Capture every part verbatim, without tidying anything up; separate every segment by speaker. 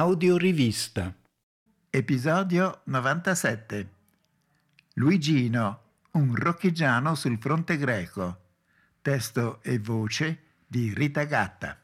Speaker 1: Audiorivista.
Speaker 2: Episodio novantasette. Luigino, un rocchigiano sul fronte greco. Testo e voce di Rita Gatta.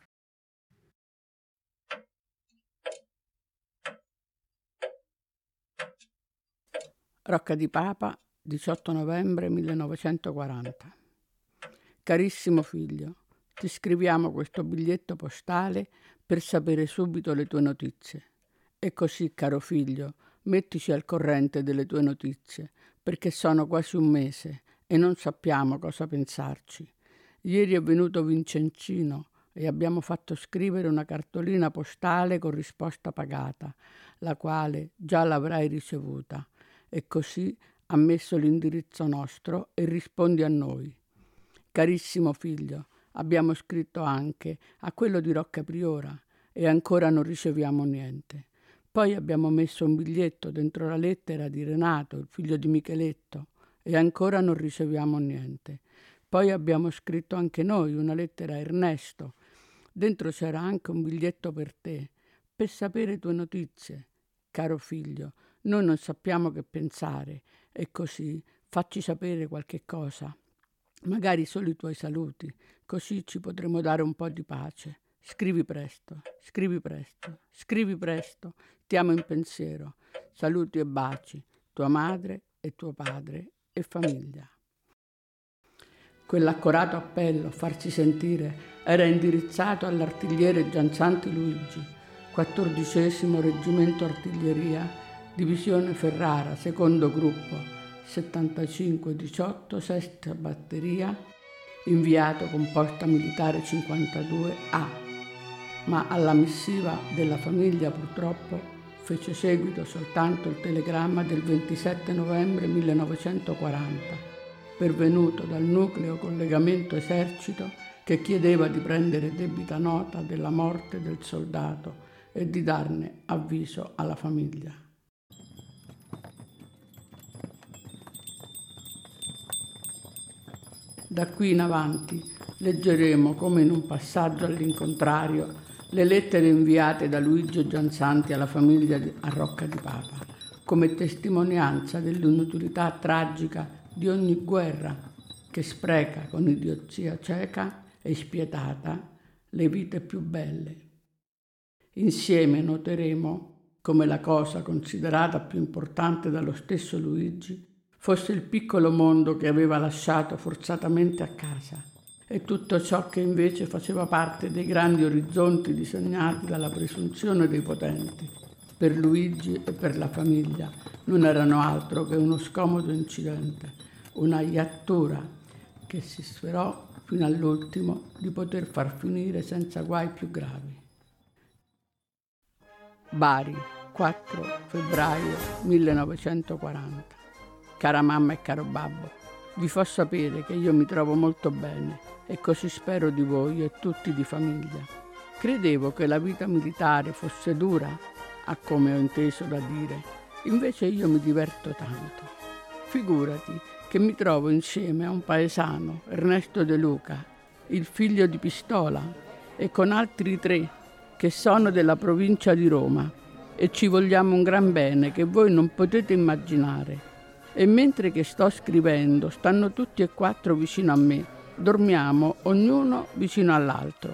Speaker 3: Rocca di Papa, diciotto novembre millenovecentoquaranta. Carissimo figlio, ti scriviamo questo biglietto postale per sapere subito le tue notizie. E così, caro figlio, mettici al corrente delle tue notizie, perché sono quasi un mese e non sappiamo cosa pensarci. Ieri è venuto Vincenzino e abbiamo fatto scrivere una cartolina postale con risposta pagata, la quale già l'avrai ricevuta. E così ha messo l'indirizzo nostro e rispondi a noi. Carissimo figlio, abbiamo scritto anche a quello di Rocca Priora e ancora non riceviamo niente. Poi abbiamo messo un biglietto dentro la lettera di Renato, il figlio di Micheletto, e ancora non riceviamo niente. Poi abbiamo scritto anche noi una lettera a Ernesto. Dentro c'era anche un biglietto per te, per sapere tue notizie. Caro figlio, noi non sappiamo che pensare e così facci sapere qualche cosa. Magari solo i tuoi saluti, così ci potremo dare un po' di pace. Scrivi presto, scrivi presto, scrivi presto, ti amo in pensiero. Saluti e baci, tua madre e tuo padre e famiglia. Quell'accorato appello a farsi sentire era indirizzato all'artigliere Giansanti Luigi, quattordicesimo Reggimento Artiglieria, Divisione Ferrara, secondo gruppo, settantacinque diciotto, sesta batteria, inviato con posta militare cinquantadue A. Ma alla missiva della famiglia purtroppo fece seguito soltanto il telegramma del ventisette novembre millenovecentoquaranta, pervenuto dal nucleo collegamento esercito che chiedeva di prendere debita nota della morte del soldato e di darne avviso alla famiglia. Da qui in avanti leggeremo come in un passaggio all'incontrario le lettere inviate da Luigi Giansanti alla famiglia a Rocca di Papa, come testimonianza dell'inutilità tragica di ogni guerra che spreca con idiozia cieca e spietata le vite più belle. Insieme noteremo come la cosa considerata più importante dallo stesso Luigi fosse il piccolo mondo che aveva lasciato forzatamente a casa e tutto ciò che invece faceva parte dei grandi orizzonti disegnati dalla presunzione dei potenti. Per Luigi e per la famiglia non erano altro che uno scomodo incidente, una iattura che si sperò fino all'ultimo di poter far finire senza guai più gravi. Bari, quattro febbraio millenovecentoquaranta. Cara mamma e caro babbo, vi fo sapere che io mi trovo molto bene e così spero di voi e tutti di famiglia. Credevo che la vita militare fosse dura, a come ho inteso da dire, invece io mi diverto tanto. Figurati che mi trovo insieme a un paesano, Ernesto De Luca, il figlio di Pistola, e con altri tre che sono della provincia di Roma e ci vogliamo un gran bene che voi non potete immaginare. E mentre che sto scrivendo stanno tutti e quattro vicino a me, dormiamo ognuno vicino all'altro.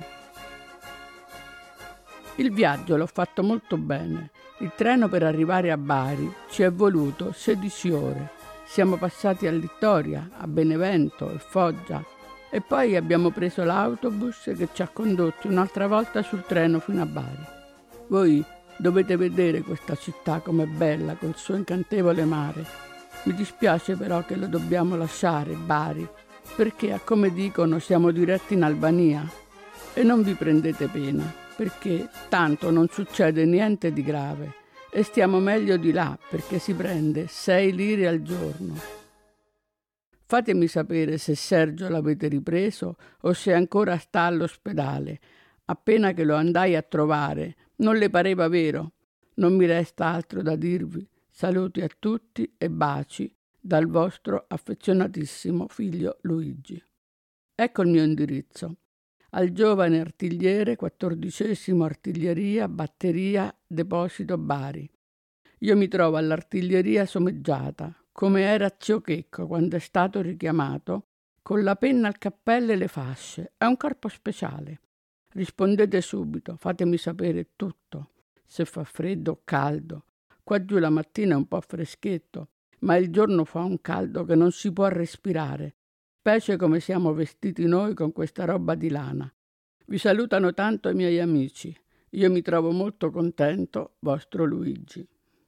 Speaker 3: Il viaggio l'ho fatto molto bene. Il treno per arrivare a Bari ci è voluto sedici ore. Siamo passati a Littoria, a Benevento e Foggia e poi abbiamo preso l'autobus che ci ha condotti un'altra volta sul treno fino a Bari. Voi dovete vedere questa città com'è bella col suo incantevole mare. Mi dispiace però che lo dobbiamo lasciare, Bari, perché a come dicono siamo diretti in Albania. E non vi prendete pena, perché tanto non succede niente di grave e stiamo meglio di là perché si prende sei lire al giorno. Fatemi sapere se Sergio l'avete ripreso o se ancora sta all'ospedale. Appena che lo andai a trovare, non le pareva vero. Non mi resta altro da dirvi. Saluti a tutti e baci dal vostro affezionatissimo figlio Luigi. Ecco il mio indirizzo. al giovane artigliere, quattordicesimo artiglieria, batteria, deposito Bari. Io mi trovo all'artiglieria someggiata, come era zio Checco quando è stato richiamato, con la penna al cappello e le fasce. È un corpo speciale. Rispondete subito, fatemi sapere tutto, se fa freddo o caldo. Qua giù la mattina è un po' freschetto, ma il giorno fa un caldo che non si può respirare, specie come siamo vestiti noi con questa roba di lana. Vi salutano tanto i miei amici. Io mi trovo molto contento, vostro Luigi.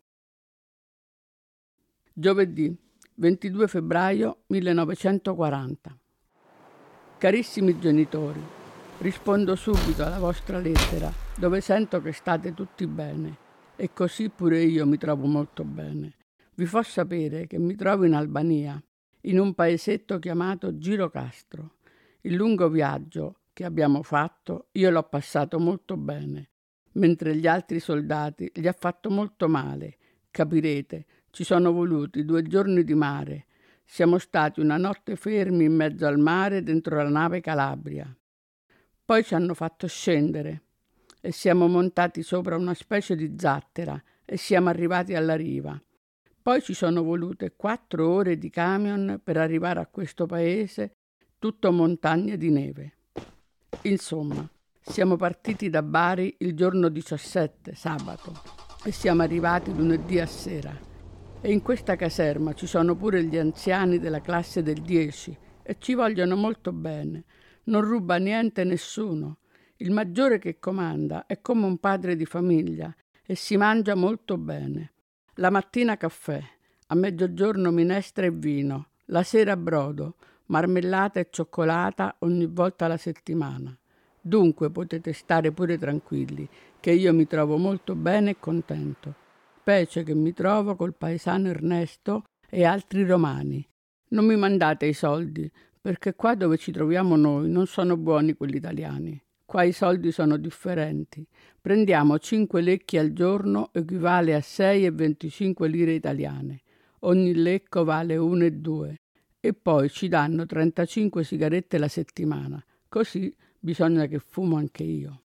Speaker 3: Giovedì, ventidue febbraio millenovecentoquaranta. Carissimi genitori, rispondo subito alla vostra lettera, dove sento che state tutti bene, e così pure io mi trovo molto bene. Vi fa sapere che mi trovo in Albania, in un paesetto chiamato Girocastro. Il lungo viaggio che abbiamo fatto io l'ho passato molto bene, mentre gli altri soldati gli ha fatto molto male. Capirete, ci sono voluti due giorni di mare. Siamo stati una notte fermi in mezzo al mare dentro la nave Calabria. Poi ci hanno fatto scendere e siamo montati sopra una specie di zattera e siamo arrivati alla riva. Poi ci sono volute quattro ore di camion per arrivare a questo paese, tutto montagne di neve. Insomma, siamo partiti da Bari il giorno diciassette, sabato, e siamo arrivati lunedì a sera. E in questa caserma ci sono pure gli anziani della classe del dieci e ci vogliono molto bene. Non ruba niente nessuno. Il maggiore che comanda è come un padre di famiglia e si mangia molto bene. La mattina caffè, a mezzogiorno minestra e vino, la sera brodo, marmellata e cioccolata ogni volta alla settimana. Dunque potete stare pure tranquilli, che io mi trovo molto bene e contento. Specie che mi trovo col paesano Ernesto e altri romani. Non mi mandate i soldi, perché qua dove ci troviamo noi non sono buoni quelli italiani. Qua i soldi sono differenti. Prendiamo cinque lecchi al giorno, equivale a sei e venticinque lire italiane. Ogni lecco vale uno e due. E poi ci danno trentacinque sigarette la settimana. Così bisogna che fumo anche io.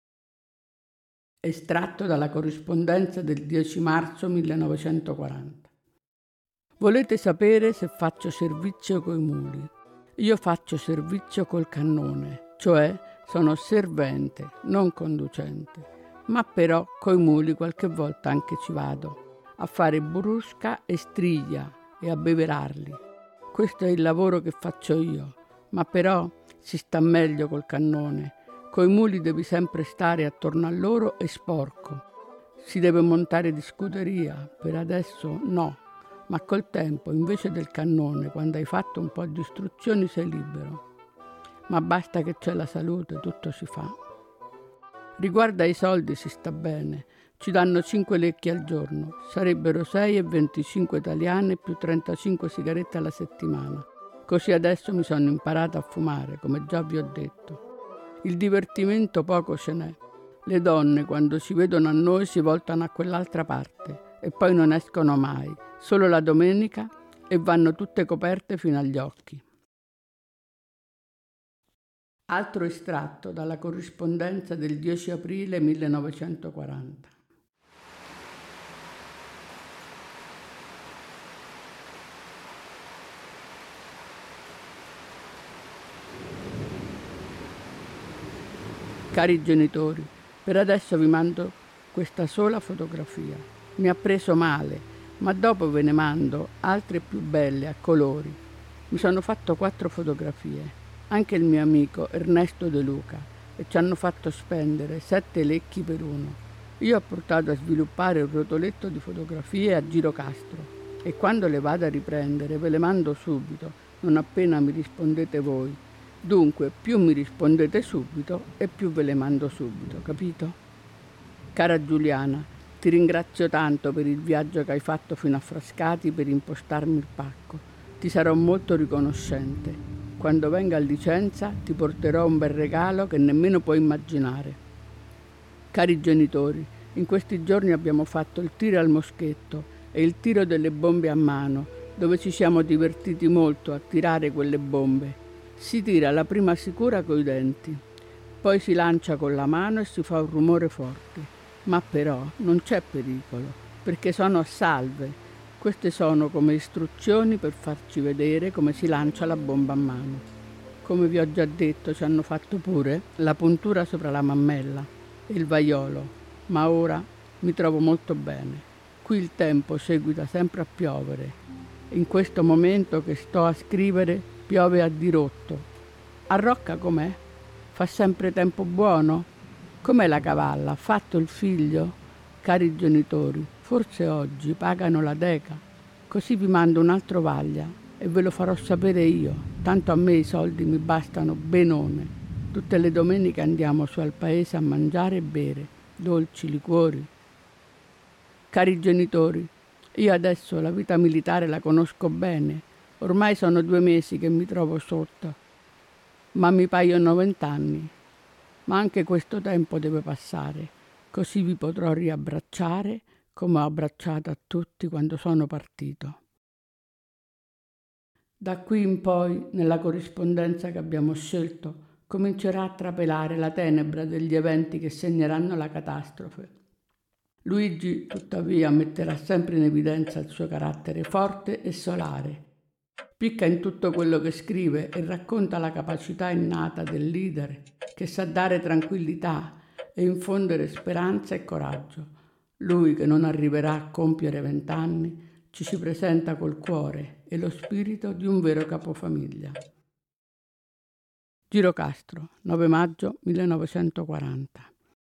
Speaker 3: Estratto dalla corrispondenza del dieci marzo millenovecentoquaranta. Volete sapere se faccio servizio coi muli? Io faccio servizio col cannone, cioè sono servente, non conducente, ma però coi muli qualche volta anche ci vado, a fare burusca e striglia e a beverarli. Questo è il lavoro che faccio io, ma però si sta meglio col cannone. Coi muli devi sempre stare attorno a loro e sporco. Si deve montare di scuderia, per adesso no, ma col tempo, invece del cannone, quando hai fatto un po' di istruzioni, sei libero. Ma basta che c'è la salute, tutto si fa. Riguardo ai soldi si sta bene. Ci danno cinque lecchi al giorno, sarebbero sei e venticinque italiane più trentacinque sigarette alla settimana. Così adesso mi sono imparata a fumare, come già vi ho detto. Il divertimento poco ce n'è. Le donne, quando ci vedono a noi, si voltano a quell'altra parte e poi non escono mai, solo la domenica, e vanno tutte coperte fino agli occhi. Altro estratto dalla corrispondenza del dieci aprile millenovecentoquaranta. Cari genitori, per adesso vi mando questa sola fotografia. Mi ha preso male, ma dopo ve ne mando altre più belle a colori. Mi sono fatto quattro fotografie, anche il mio amico Ernesto De Luca, e ci hanno fatto spendere sette lecchi per uno. Io ho portato a sviluppare un rotoletto di fotografie a Girocastro e quando le vado a riprendere ve le mando subito, non appena mi rispondete voi. Dunque, più mi rispondete subito e più ve le mando subito, capito? Cara Giuliana, ti ringrazio tanto per il viaggio che hai fatto fino a Frascati per impostarmi il pacco. Ti sarò molto riconoscente. Quando venga a Licenza ti porterò un bel regalo che nemmeno puoi immaginare. Cari genitori, in questi giorni abbiamo fatto il tiro al moschetto e il tiro delle bombe a mano, dove ci siamo divertiti molto a tirare quelle bombe. Si tira la prima sicura coi denti. Poi si lancia con la mano e si fa un rumore forte. Ma però non c'è pericolo, perché sono a salve. Queste sono come istruzioni per farci vedere come si lancia la bomba a mano. Come vi ho già detto, ci hanno fatto pure la puntura sopra la mammella e il vaiolo, ma ora mi trovo molto bene. Qui il tempo seguita sempre a piovere. In questo momento che sto a scrivere piove a dirotto. A Rocca com'è? Fa sempre tempo buono? Com'è la cavalla? Ha fatto il figlio? Cari genitori, forse oggi pagano la deca. Così vi mando un altro vaglia e ve lo farò sapere io. Tanto a me i soldi mi bastano benone. Tutte le domeniche andiamo su al paese a mangiare e bere, dolci, liquori. Cari genitori, io adesso la vita militare la conosco bene. Ormai sono due mesi che mi trovo sotto, ma mi paiono vent'anni. Ma anche questo tempo deve passare, così vi potrò riabbracciare come ho abbracciato a tutti quando sono partito. Da qui in poi, nella corrispondenza che abbiamo scelto, comincerà a trapelare la tenebra degli eventi che segneranno la catastrofe. Luigi, tuttavia, metterà sempre in evidenza il suo carattere forte e solare. Picca in tutto quello che scrive e racconta la capacità innata del leader che sa dare tranquillità e infondere speranza e coraggio. Lui, che non arriverà a compiere vent'anni, ci si presenta col cuore e lo spirito di un vero capofamiglia. Girocastro, nove maggio millenovecentoquaranta.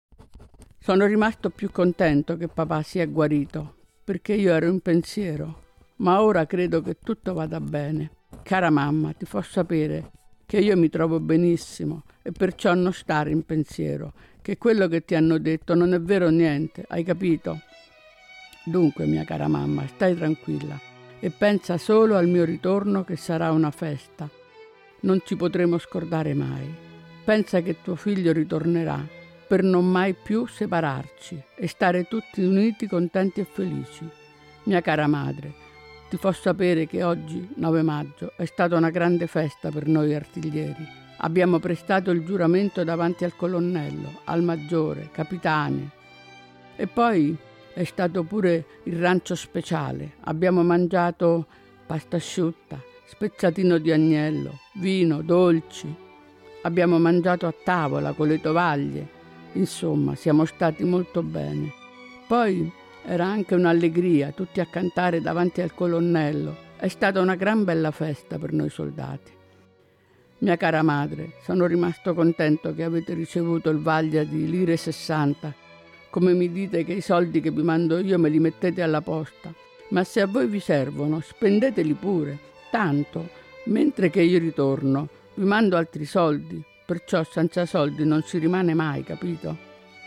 Speaker 3: Sono rimasto più contento che papà sia guarito, perché io ero in pensiero, ma ora credo che tutto vada bene. Cara mamma, ti fa sapere che io mi trovo benissimo e perciò non stare in pensiero, che quello che ti hanno detto non è vero niente, hai capito? Dunque, mia cara mamma, stai tranquilla e pensa solo al mio ritorno, che sarà una festa. Non ci potremo scordare mai. Pensa che tuo figlio ritornerà per non mai più separarci e stare tutti uniti, contenti e felici. Mia cara madre, ti fa sapere che oggi, nove maggio, è stata una grande festa per noi artiglieri. Abbiamo prestato il giuramento davanti al colonnello, al maggiore, capitani. E poi è stato pure il rancio speciale. Abbiamo mangiato pasta asciutta, spezzatino di agnello, vino, dolci. Abbiamo mangiato a tavola con le tovaglie. Insomma, siamo stati molto bene. Poi era anche un'allegria, tutti a cantare davanti al colonnello. È stata una gran bella festa per noi soldati. Mia cara madre, sono rimasto contento che avete ricevuto il vaglia di lire sessanta. Come mi dite che i soldi che vi mando io me li mettete alla posta. Ma se a voi vi servono, spendeteli pure. Tanto, mentre che io ritorno, vi mando altri soldi. Perciò senza soldi non si rimane mai, capito?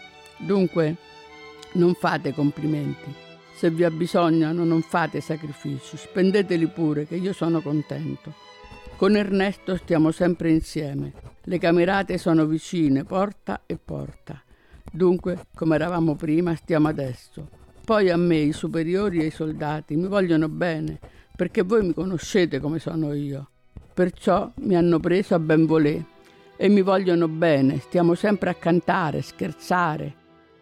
Speaker 3: Dunque, non fate complimenti. Se vi abbisognano, non fate sacrifici. Spendeteli pure, che io sono contento. Con Ernesto stiamo sempre insieme. Le camerate sono vicine, porta e porta. Dunque, come eravamo prima, stiamo adesso. Poi a me, i superiori e i soldati, mi vogliono bene, perché voi mi conoscete come sono io. Perciò mi hanno preso a benvolé e mi vogliono bene, stiamo sempre a cantare, scherzare.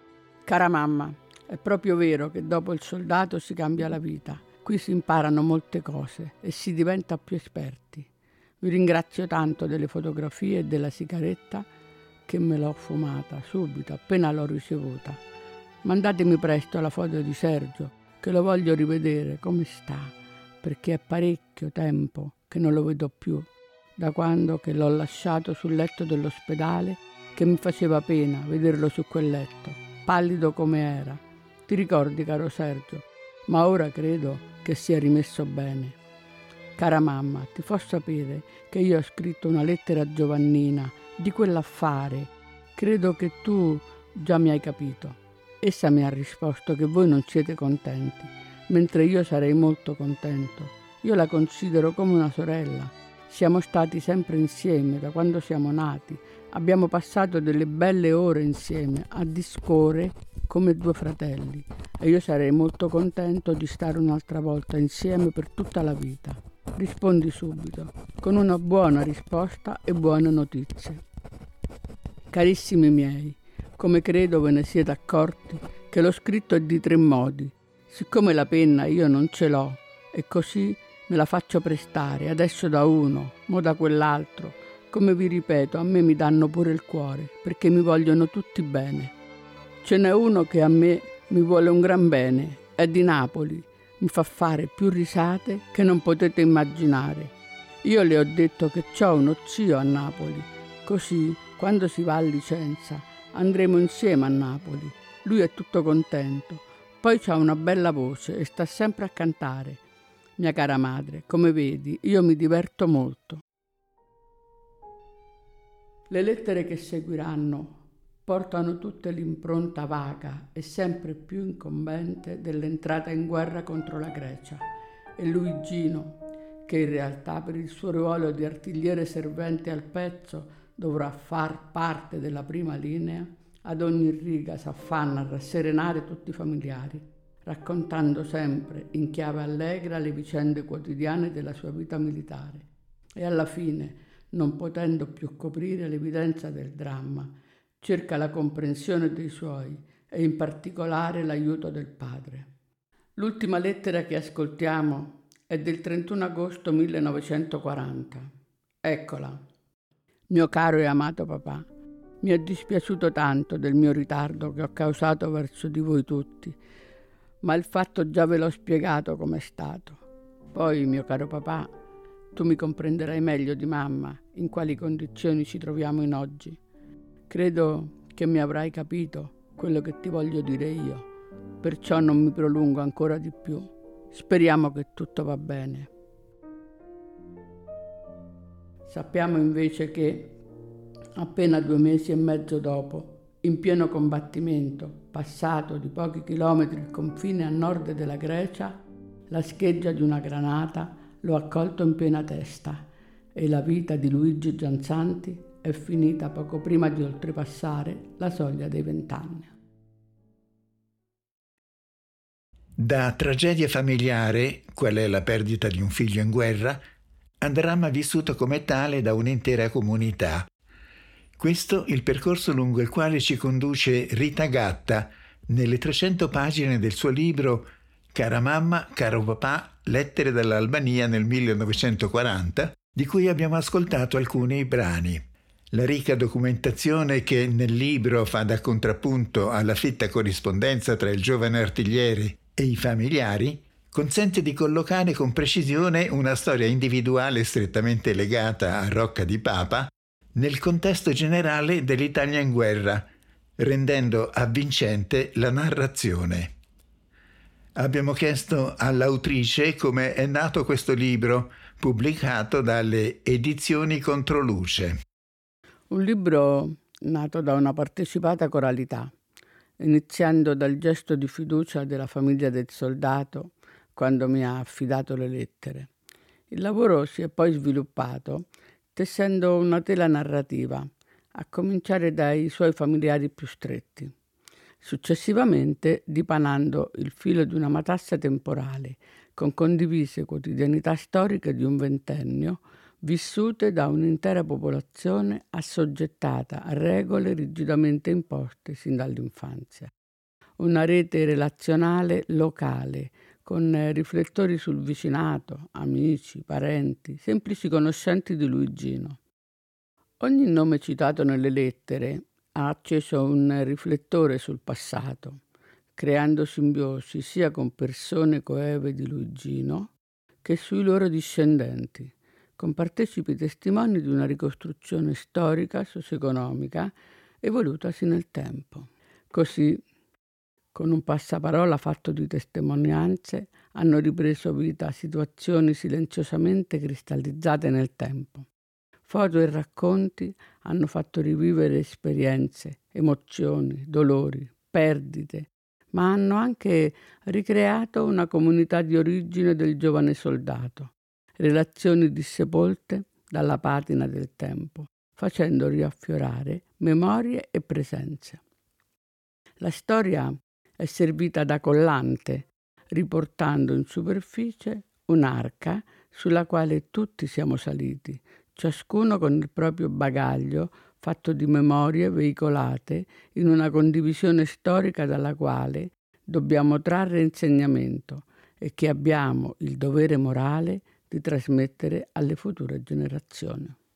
Speaker 3: Cara mamma, è proprio vero che dopo il soldato si cambia la vita. Qui si imparano molte cose e si diventa più esperti. Vi ringrazio tanto delle fotografie e della sigaretta, che me l'ho fumata subito, appena l'ho ricevuta. Mandatemi presto la foto di Sergio, che lo voglio rivedere, come sta, perché è parecchio tempo che non lo vedo più, da quando che l'ho lasciato sul letto dell'ospedale, che mi faceva pena vederlo su quel letto, pallido come era. Ti ricordi, caro Sergio? Ma ora credo che sia rimesso bene. Cara mamma, ti fa sapere che io ho scritto una lettera a Giovannina di quell'affare. Credo che tu già mi hai capito. Essa mi ha risposto che voi non siete contenti, mentre io sarei molto contento. Io la considero come una sorella. Siamo stati sempre insieme da quando siamo nati. Abbiamo passato delle belle ore insieme, a discorrere come due fratelli. E io sarei molto contento di stare un'altra volta insieme per tutta la vita. Rispondi subito, con una buona risposta e buone notizie. Carissimi miei, come credo ve ne siete accorti che l'ho scritto è di tre modi. Siccome la penna io non ce l'ho e così me la faccio prestare, adesso da uno, mo da quell'altro. Come vi ripeto, a me mi danno pure il cuore, perché mi vogliono tutti bene. Ce n'è uno che a me mi vuole un gran bene, è di Napoli, mi fa fare più risate che non potete immaginare. Io le ho detto che c'ho uno zio a Napoli, così quando si va a Licenza andremo insieme a Napoli. Lui è tutto contento, poi c'ha una bella voce e sta sempre a cantare. Mia cara madre, come vedi, io mi diverto molto. Le lettere che seguiranno portano tutte l'impronta vaga e sempre più incombente dell'entrata in guerra contro la Grecia e Luigino, che in realtà per il suo ruolo di artigliere servente al pezzo dovrà far parte della prima linea, ad ogni riga s'affanna a rasserenare tutti i familiari, raccontando sempre in chiave allegra le vicende quotidiane della sua vita militare e alla fine, non potendo più coprire l'evidenza del dramma, cerca la comprensione dei suoi e in particolare l'aiuto del padre. L'ultima lettera che ascoltiamo è del trentuno agosto millenovecentoquaranta. Eccola. Mio caro e amato papà, mi è dispiaciuto tanto del mio ritardo che ho causato verso di voi tutti, ma il fatto già ve l'ho spiegato com'è stato. Poi, mio caro papà, tu mi comprenderai meglio di mamma in quali condizioni ci troviamo in oggi. Credo che mi avrai capito quello che ti voglio dire io, perciò non mi prolungo ancora di più. Speriamo che tutto va bene. Sappiamo invece che, appena due mesi e mezzo dopo, in pieno combattimento, passato di pochi chilometri il confine a nord della Grecia, la scheggia di una granata lo ha colto in piena testa e la vita di Luigi Gianzanti è finita poco prima di oltrepassare la soglia dei vent'anni.
Speaker 2: Da tragedia familiare, qual è la perdita di un figlio in guerra, a dramma vissuto come tale da un'intera comunità. Questo è il percorso lungo il quale ci conduce Rita Gatta nelle trecento pagine del suo libro Cara mamma, caro papà, lettere dall'Albania nel millenovecentoquaranta, di cui abbiamo ascoltato alcuni brani. La ricca documentazione che nel libro fa da contrappunto alla fitta corrispondenza tra il giovane artigliere e i familiari consente di collocare con precisione una storia individuale strettamente legata a Rocca di Papa nel contesto generale dell'Italia in guerra, rendendo avvincente la narrazione. Abbiamo chiesto all'autrice come è nato questo libro, pubblicato dalle Edizioni Controluce.
Speaker 3: Un libro nato da una partecipata coralità, iniziando dal gesto di fiducia della famiglia del soldato quando mi ha affidato le lettere. Il lavoro si è poi sviluppato tessendo una tela narrativa, a cominciare dai suoi familiari più stretti. Successivamente dipanando il filo di una matassa temporale con condivise quotidianità storiche di un ventennio vissute da un'intera popolazione assoggettata a regole rigidamente imposte sin dall'infanzia. Una rete relazionale locale con riflettori sul vicinato, amici, parenti, semplici conoscenti di Luigino. Ogni nome citato nelle lettere ha acceso un riflettore sul passato, creando simbiosi sia con persone coeve di Luigino che sui loro discendenti, con partecipi testimoni di una ricostruzione storica, socio-economica, evolutasi nel tempo. Così, con un passaparola fatto di testimonianze, hanno ripreso vita situazioni silenziosamente cristallizzate nel tempo. Foto e racconti hanno fatto rivivere esperienze, emozioni, dolori, perdite, ma hanno anche ricreato una comunità di origine del giovane soldato, relazioni dissepolte dalla patina del tempo, facendo riaffiorare memorie e presenze. La storia è servita da collante, riportando in superficie un'arca sulla quale tutti siamo saliti, ciascuno con il proprio bagaglio, fatto di memorie veicolate in una condivisione storica dalla quale dobbiamo trarre insegnamento e che abbiamo il dovere morale di trasmettere alle future generazioni.